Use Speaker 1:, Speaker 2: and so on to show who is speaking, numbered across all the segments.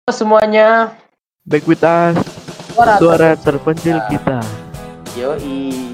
Speaker 1: Semuanya,
Speaker 2: Back with us, suara terpencil kita.
Speaker 1: Yoi.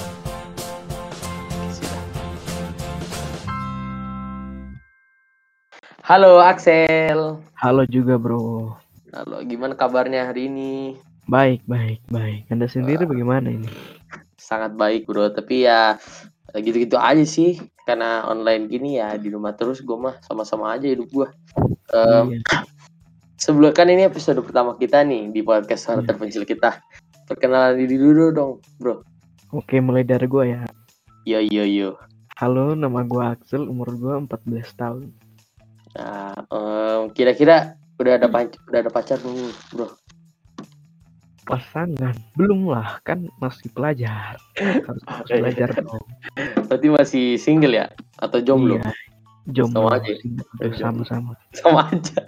Speaker 1: Halo Axel.
Speaker 2: Halo juga bro.
Speaker 1: Halo, gimana kabarnya hari ini?
Speaker 2: Baik. Anda sendiri bagaimana ini?
Speaker 1: Sangat baik bro, tapi ya gitu-gitu aja sih. Karena online gini ya di rumah terus gue mah sama-sama aja hidup gue.
Speaker 2: Iya.
Speaker 1: Sebelum kan ini episode pertama kita nih di podcast suara terpencil kita. Perkenalan diri dulu dong bro.
Speaker 2: Oke, mulai dari gue ya.
Speaker 1: Yo.
Speaker 2: Halo, nama gue Axel, umur gue 14 tahun.
Speaker 1: Nah, kira-kira udah ada pacar belum bro?
Speaker 2: Pasangan? Belum lah, kan masih pelajar. Harus belajar dong.
Speaker 1: Berarti masih single ya? Atau jomblo?
Speaker 2: Iya, jomblo.
Speaker 1: Sama aja.
Speaker 2: Sama-sama.
Speaker 1: Sama aja.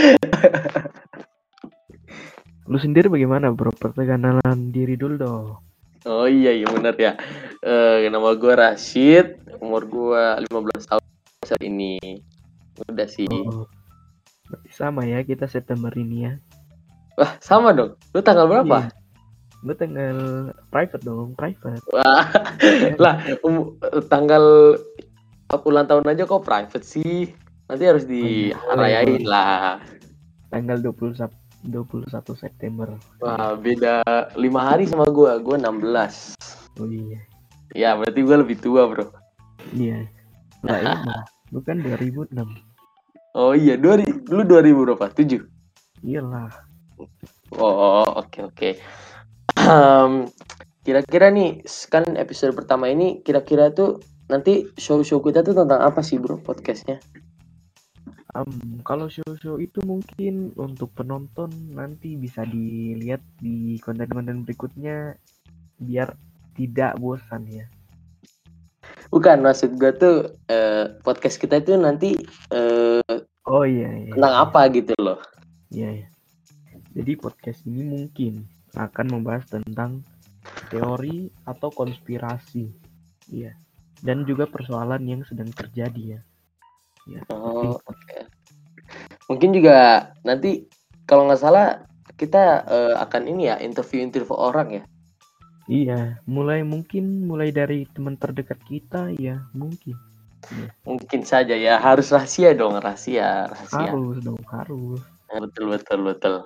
Speaker 2: Lu sendiri bagaimana bro? Perkenalan diri dulu dong.
Speaker 1: Oh iya benar ya. Nama gue Rashid, umur gue 15 tahun saat ini. Udah sih.
Speaker 2: Oh, berarti sama ya kita September ini ya.
Speaker 1: Wah, sama dong. Lu tanggal berapa?
Speaker 2: Iya. Gue tanggal private dong, private.
Speaker 1: Wah, lah tanggal ulang tahun aja kok private sih. Nanti harus dirayain lah.
Speaker 2: Tanggal 21 September.
Speaker 1: Wah, beda 5 hari sama gue 16.
Speaker 2: Oh iya.
Speaker 1: Ya, berarti gue lebih tua, bro.
Speaker 2: Iya. Lah emang, lu kan 2006.
Speaker 1: Oh iya, lu 2000 berapa? 7?
Speaker 2: Iyalah.
Speaker 1: Oh, oke. Kira-kira nih, kan episode pertama ini kira-kira tuh nanti show-show kita tuh tentang apa sih, bro, podcastnya?
Speaker 2: Kalau show-show itu mungkin untuk penonton nanti bisa dilihat di konten-konten berikutnya biar tidak bosan ya.
Speaker 1: Bukan, maksud gue tuh podcast kita itu nanti
Speaker 2: Oh iya.
Speaker 1: tentang apa gitu loh.
Speaker 2: Iya. Jadi podcast ini mungkin akan membahas tentang teori atau konspirasi. Iya. Dan juga persoalan yang sedang terjadi ya. Ya.
Speaker 1: Oh, oke. Mungkin juga nanti kalau nggak salah kita akan ini ya interview orang ya.
Speaker 2: Iya, mulai dari teman terdekat kita ya mungkin. Ya.
Speaker 1: Mungkin saja ya, harus rahasia dong, rahasia.
Speaker 2: Harus dong, harus.
Speaker 1: Betul.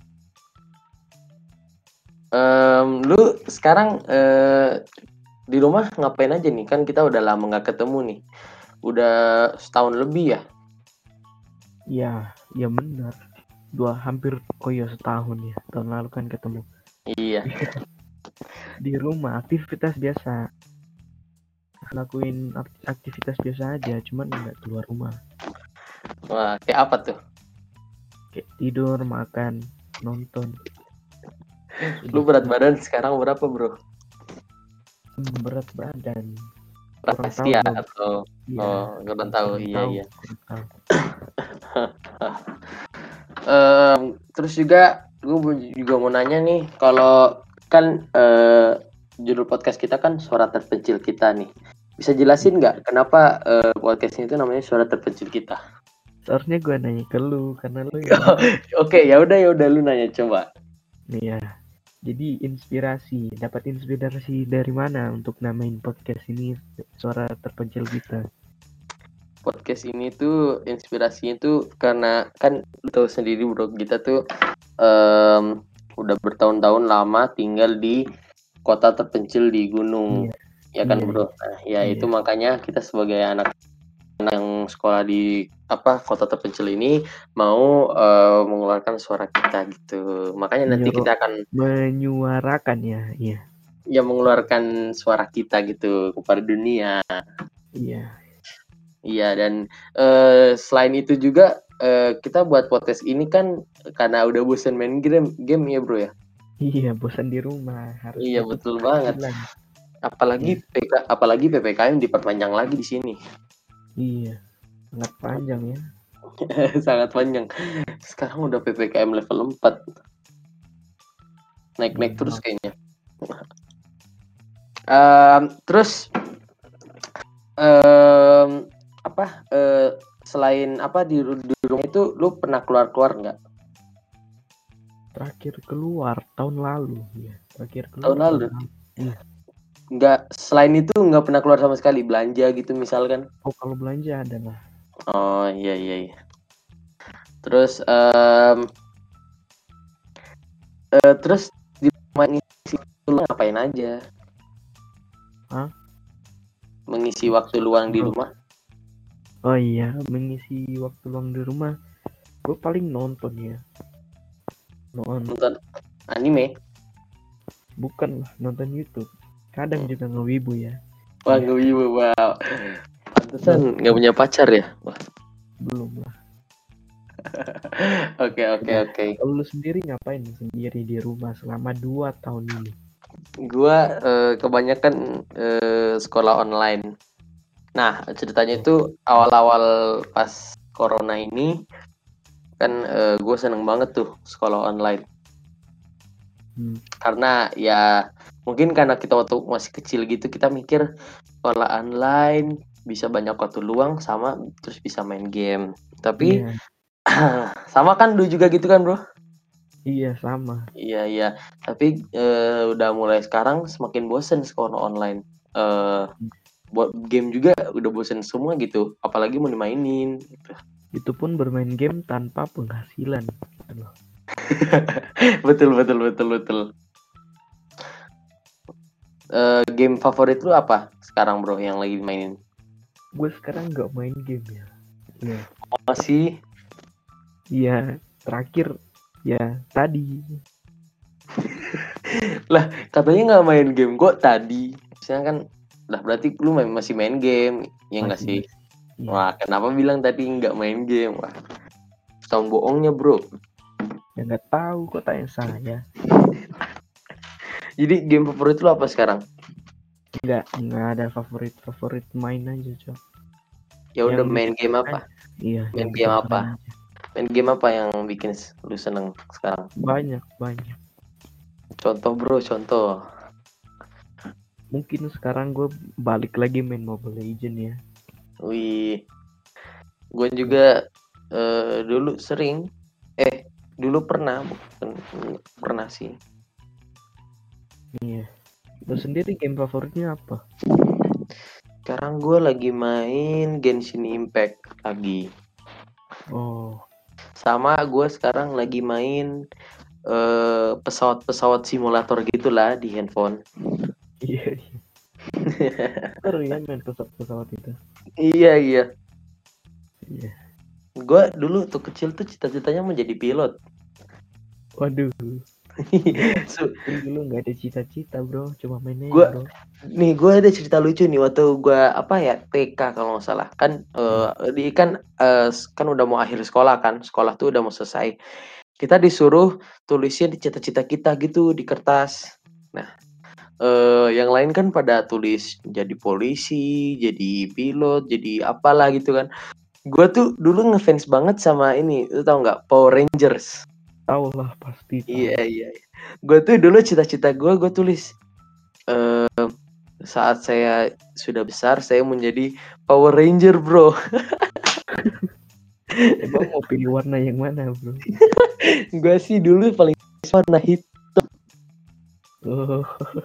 Speaker 1: Lu sekarang di rumah ngapain aja nih? Kan kita udah lama nggak ketemu nih. Udah setahun lebih ya?
Speaker 2: Iya benar. Setahun ya. Tahun lalu kan ketemu.
Speaker 1: Iya.
Speaker 2: Di rumah aktivitas biasa. Lakuin aktivitas biasa aja, cuman nggak keluar rumah.
Speaker 1: Wah, kayak apa tuh?
Speaker 2: Kayak tidur, makan, nonton.
Speaker 1: Lu berat badan sekarang berapa, bro?
Speaker 2: Berat badan.
Speaker 1: Rahasia atau kurang tahu. Iya. Terus juga gue juga mau nanya nih, kalau kan judul podcast kita kan suara terpencil kita nih. Bisa jelasin nggak kenapa podcast itu namanya suara terpencil kita?
Speaker 2: Seharusnya gue nanya ke lu karena lu
Speaker 1: Oke, ya udah lu nanya coba.
Speaker 2: Iya. Jadi dapat inspirasi dari mana untuk namain podcast ini suara terpencil kita?
Speaker 1: Podcast ini tuh inspirasinya tuh karena kan lu tahu sendiri bro, kita tuh udah bertahun-tahun lama tinggal di kota terpencil di gunung. Ya kan bro. Nah, itu makanya kita sebagai anak yang sekolah di kota terpencil ini mau mengeluarkan suara kita gitu. Makanya nanti kita akan
Speaker 2: menyuarakan ya.
Speaker 1: Ya mengeluarkan suara kita gitu kepada dunia. Iya, dan selain itu juga kita buat podcast ini kan karena udah bosan main game ya bro ya.
Speaker 2: Iya, bosan di rumah.
Speaker 1: Iya betul banget. Apalagi PPKM diperpanjang lagi di sini.
Speaker 2: Iya, sangat panjang ya.
Speaker 1: Sangat panjang. Sekarang udah PPKM level 4. Naik terus kayaknya. Terus selain di rumah itu lu pernah keluar nggak?
Speaker 2: Terakhir keluar tahun lalu, ya. Terakhir
Speaker 1: Tahun
Speaker 2: keluar
Speaker 1: lalu.
Speaker 2: Iya.
Speaker 1: Nggak, selain itu nggak pernah keluar sama sekali belanja gitu misalkan.
Speaker 2: Oh, kalau belanja adalah
Speaker 1: Oh iya iya iya. Terus terus di rumah ngisi waktu luang ngapain aja?
Speaker 2: Hah?
Speaker 1: Mengisi waktu luang di
Speaker 2: Bro.
Speaker 1: rumah?
Speaker 2: Oh iya, mengisi waktu luang di rumah, gue paling nonton ya.
Speaker 1: Nonton anime?
Speaker 2: Bukan lah, nonton YouTube. Kadang juga ngewibu ya.
Speaker 1: Wah
Speaker 2: Iya,
Speaker 1: nggak wibu, wow. Pantesan
Speaker 2: nonton
Speaker 1: nggak punya pacar ya? Wah.
Speaker 2: belum lah.
Speaker 1: Oke oke
Speaker 2: Nah,
Speaker 1: oke.
Speaker 2: kalau lu sendiri ngapain sendiri di rumah selama 2 tahun ini?
Speaker 1: Gua kebanyakan sekolah online. Nah ceritanya
Speaker 2: Oh,
Speaker 1: itu awal-awal pas corona ini kan gue seneng banget tuh sekolah online.
Speaker 2: hmm,
Speaker 1: Karena ya mungkin karena kita waktu masih kecil gitu kita mikir sekolah online bisa banyak waktu luang sama terus bisa main game. Tapi
Speaker 2: iya,
Speaker 1: sama kan dulu juga gitu kan bro?
Speaker 2: iya sama.
Speaker 1: Iya iya. Tapi udah mulai sekarang semakin bosen sekolah online. Eh buat game juga udah bosen semua gitu. Apalagi mau dimainin. Gitu.
Speaker 2: Itu pun bermain game tanpa penghasilan. Gitu loh.
Speaker 1: Betul betul betul betul. Game favorit lu apa sekarang bro yang lagi mainin?
Speaker 2: Gue sekarang nggak main game ya. Iya,
Speaker 1: Masih
Speaker 2: iya. Terakhir ya tadi.
Speaker 1: lah katanya nggak main game kok tadi. Misalnya kan lah berarti lu masih main game ya nggak
Speaker 2: Masih
Speaker 1: sih?
Speaker 2: masih. Iya.
Speaker 1: Wah kenapa bilang tadi nggak main game? Wah tahun bohongnya bro.
Speaker 2: Ya nggak tahu kok tanya saya.
Speaker 1: Jadi game favorit lu apa sekarang?
Speaker 2: Nggak ada favorit main aja, Cok.
Speaker 1: Ya
Speaker 2: Yang
Speaker 1: udah main
Speaker 2: bikin
Speaker 1: game
Speaker 2: seneng
Speaker 1: apa?
Speaker 2: aja. Iya,
Speaker 1: Main
Speaker 2: yang
Speaker 1: game
Speaker 2: bikin seneng
Speaker 1: apa?
Speaker 2: aja.
Speaker 1: Main game apa yang bikin lu seneng sekarang?
Speaker 2: Banyak, banyak.
Speaker 1: Contoh bro, contoh.
Speaker 2: Mungkin sekarang gue balik lagi main Mobile Legend ya.
Speaker 1: Wih, gue juga dulu sering, dulu pernah, bukan pernah sih.
Speaker 2: Iya. Lo sendiri game favoritnya apa?
Speaker 1: Sekarang gue lagi main Genshin Impact lagi.
Speaker 2: Oh,
Speaker 1: Sama gue sekarang lagi main pesawat-pesawat simulator gitulah di handphone.
Speaker 2: iya, iya. Seru ya main pesawat-pesawat itu.
Speaker 1: Iya iya.
Speaker 2: Iya.
Speaker 1: Gue dulu tuh kecil tuh cita-citanya mau jadi pilot.
Speaker 2: Waduh,
Speaker 1: Su-
Speaker 2: gue dulu nggak ada cita-cita bro, cuma main aja
Speaker 1: gue
Speaker 2: bro.
Speaker 1: gue ada cerita lucu nih waktu gue apa ya TK kalau nggak salah kan
Speaker 2: Iya.
Speaker 1: kan udah mau akhir sekolah kan sekolah tuh udah mau selesai kita disuruh tulisin cita-cita kita gitu di kertas. Nah yang lain kan pada tulis jadi polisi jadi pilot jadi apalah gitu kan. Gue tuh dulu ngefans banget sama ini, lu tau nggak Power Rangers?
Speaker 2: Tahu lah, pasti tahu.
Speaker 1: Iya iya. Gue tuh dulu cita-cita gue tulis saat saya sudah besar saya menjadi Power Ranger bro.
Speaker 2: Emang mau pilih warna yang mana bro?
Speaker 1: Gue sih dulu paling warna hitam.
Speaker 2: Oh,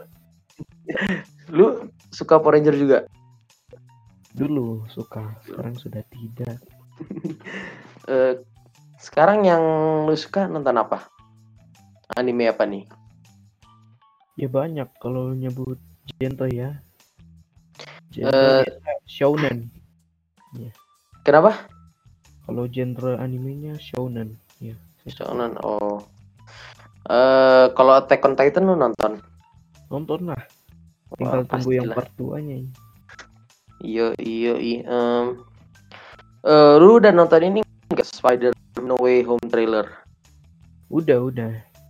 Speaker 1: Lu suka Power Ranger juga?
Speaker 2: dulu suka, sekarang sudah tidak.
Speaker 1: Eh, sekarang yang lu suka nonton apa? Anime apa nih?
Speaker 2: Ya banyak kalau nyebut genre ya. Genre
Speaker 1: Eh,
Speaker 2: biasa shonen. Ya.
Speaker 1: kenapa?
Speaker 2: Kalau genre animenya shonen. Ya, saya suka.
Speaker 1: Shonen. Oh. Kalau Attack on Titan lu nonton?
Speaker 2: Nonton lah.
Speaker 1: Wah,
Speaker 2: Tinggal tunggu yang
Speaker 1: pastilah.
Speaker 2: part 2-nya.
Speaker 1: Iya, iya, iya. Lu udah nonton ini nggak Spider No Way Home trailer?
Speaker 2: Udah.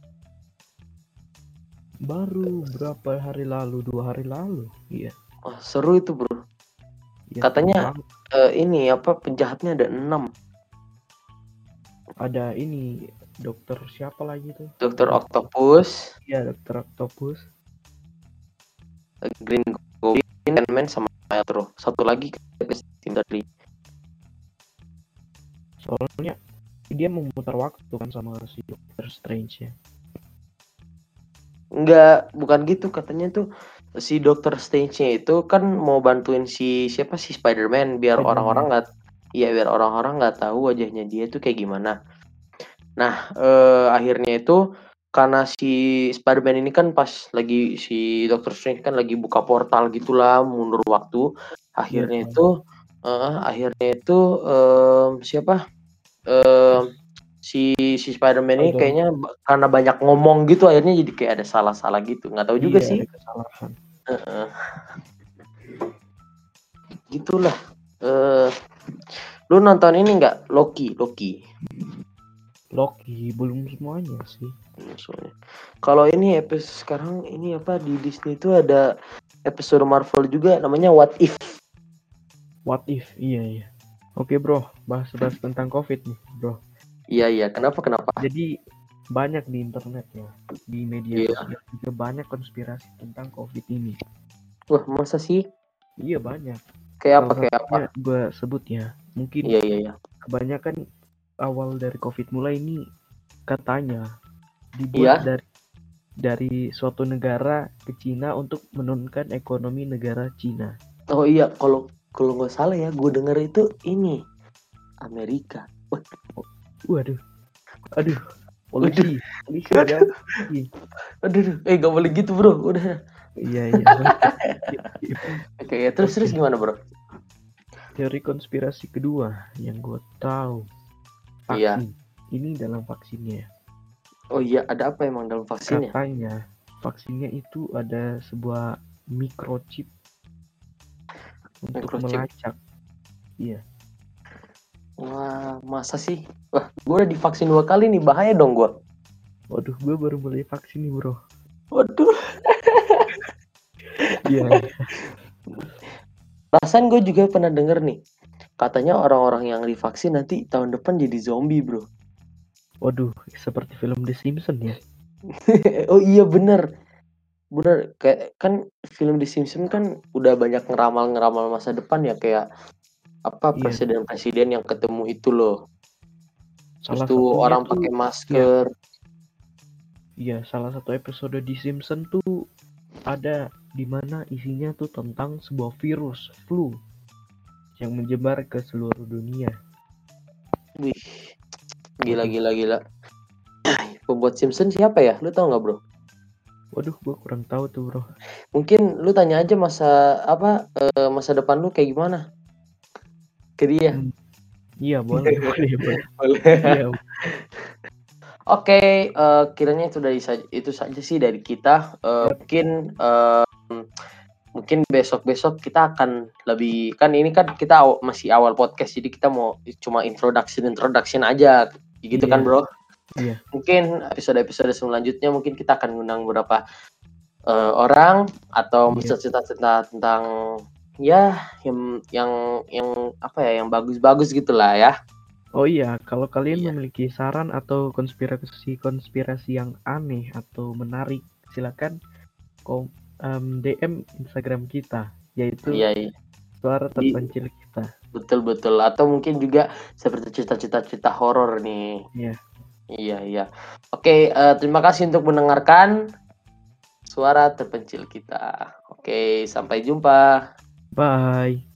Speaker 2: Baru berapa hari lalu? 2 hari lalu. Iya.
Speaker 1: Wah, seru itu bro.
Speaker 2: Ya, seru
Speaker 1: Katanya
Speaker 2: banget.
Speaker 1: ini apa penjahatnya ada 6.
Speaker 2: Ada ini dokter siapa lagi tuh?
Speaker 1: Dokter
Speaker 2: Lupa.
Speaker 1: Octopus,
Speaker 2: Iya, dokter Octopus.
Speaker 1: Green Goblin, Ant-Man sama Electro. Satu lagi dari
Speaker 2: Soalnya Dia memutar waktu kan sama si Doctor Strange ya.
Speaker 1: Enggak, bukan gitu katanya tuh si Dr. Strange-nya itu kan mau bantuin si siapa si Spider-Man biar orang-orang
Speaker 2: Spider-Man.
Speaker 1: nggak ya biar orang-orang nggak tahu wajahnya dia tuh kayak gimana. Nah, akhirnya itu karena si Spider-Man ini kan pas lagi si Dr. Strange kan lagi buka portal gitulah mundur waktu.
Speaker 2: Iya
Speaker 1: Akhirnya
Speaker 2: tahu.
Speaker 1: itu siapa? Em, si Spider-Man ini
Speaker 2: Spider-Man.
Speaker 1: kayaknya karena banyak ngomong gitu akhirnya jadi kayak ada salah-salah gitu. Nggak tahu juga
Speaker 2: Iya,
Speaker 1: sih.
Speaker 2: ada kesalahan.
Speaker 1: Heeh, gitulah. Eh, lu nonton ini nggak Loki?
Speaker 2: Loki belum semuanya sih.
Speaker 1: Soalnya. Kalau ini episode sekarang ini apa di Disney itu ada episode Marvel juga namanya What If.
Speaker 2: What if? Iya. Oke bro, bahas-bahas tentang COVID nih bro.
Speaker 1: Iya, kenapa?
Speaker 2: Jadi banyak di internet ya, di media
Speaker 1: Iya.
Speaker 2: sosial juga banyak konspirasi tentang COVID ini.
Speaker 1: Wah, masa sih?
Speaker 2: Iya banyak.
Speaker 1: Kayak
Speaker 2: Salah
Speaker 1: apa?
Speaker 2: satunya gue sebut ya, mungkin
Speaker 1: Iya.
Speaker 2: kebanyakan awal dari COVID mulai ini katanya dibuat
Speaker 1: Iya.
Speaker 2: dari suatu negara ke Cina untuk menurunkan ekonomi negara Cina.
Speaker 1: Oh iya, kalau nggak salah ya, gue denger itu ini Amerika. Wah,
Speaker 2: Waduh, aduh,
Speaker 1: waduh,
Speaker 2: polisi
Speaker 1: aduh,
Speaker 2: jauh.
Speaker 1: gak boleh gitu bro, udah.
Speaker 2: Iya, oke. Skip.
Speaker 1: Oke, ya, terus
Speaker 2: Oke.
Speaker 1: gimana bro?
Speaker 2: Teori konspirasi kedua yang gue tahu,
Speaker 1: Iya.
Speaker 2: vaksin. Ini dalam vaksinnya ya.
Speaker 1: Oh iya, ada apa emang dalam vaksinnya?
Speaker 2: Katanya vaksinnya itu ada sebuah microchip untuk
Speaker 1: Microchip.
Speaker 2: melacak. Iya.
Speaker 1: Wah, masa sih? Wah, gue udah divaksin 2 kali nih, bahaya dong gue.
Speaker 2: Waduh, gue baru mulai vaksin nih bro.
Speaker 1: Waduh.
Speaker 2: Iya.
Speaker 1: Perasaan gue juga pernah denger nih, katanya orang-orang yang divaksin nanti tahun depan jadi zombie bro.
Speaker 2: Waduh, seperti film The Simpsons ya.
Speaker 1: Oh iya bener, kayak kan film The Simpsons kan udah banyak ngeramal masa depan ya, kayak apa
Speaker 2: Iya.
Speaker 1: presiden yang ketemu itu loh. Terus
Speaker 2: Salah
Speaker 1: tuh
Speaker 2: satunya
Speaker 1: orang
Speaker 2: tuh,
Speaker 1: pakai
Speaker 2: ya,
Speaker 1: masker.
Speaker 2: iya, salah satu episode di Simpsons tuh ada di mana isinya tuh tentang sebuah virus flu yang menyebar ke seluruh dunia.
Speaker 1: Wih,
Speaker 2: Waduh,
Speaker 1: gila. Pembuat Simpson siapa ya? Lu tau nggak bro?
Speaker 2: waduh, gue kurang tahu tuh bro.
Speaker 1: Mungkin lu tanya aja masa depan lu kayak gimana ke dia.
Speaker 2: Hmm, iya boleh.
Speaker 1: Boleh.
Speaker 2: Iya,
Speaker 1: Oke, kiranya itu saja sih dari kita.
Speaker 2: siap.
Speaker 1: Mungkin besok-besok kita akan lebih, kan ini kan kita masih awal podcast, jadi kita mau cuma introduction aja, gitu kan
Speaker 2: Iya,
Speaker 1: bro.
Speaker 2: iya,
Speaker 1: Mungkin episode-episode selanjutnya mungkin kita akan mengundang beberapa orang atau
Speaker 2: iya.
Speaker 1: bercerita-cerita tentang ya yang apa ya, yang bagus-bagus gitulah ya.
Speaker 2: Oh iya, kalau kalian
Speaker 1: Iya.
Speaker 2: memiliki saran atau konspirasi yang aneh atau menarik, silakan DM Instagram kita, yaitu
Speaker 1: Iya.
Speaker 2: suara
Speaker 1: Di
Speaker 2: terpencil kita.
Speaker 1: betul atau mungkin juga seperti cerita-cerita horor nih.
Speaker 2: Iya,
Speaker 1: Iya. Oke, terima kasih untuk mendengarkan suara terpencil kita. Oke, sampai jumpa.
Speaker 2: bye.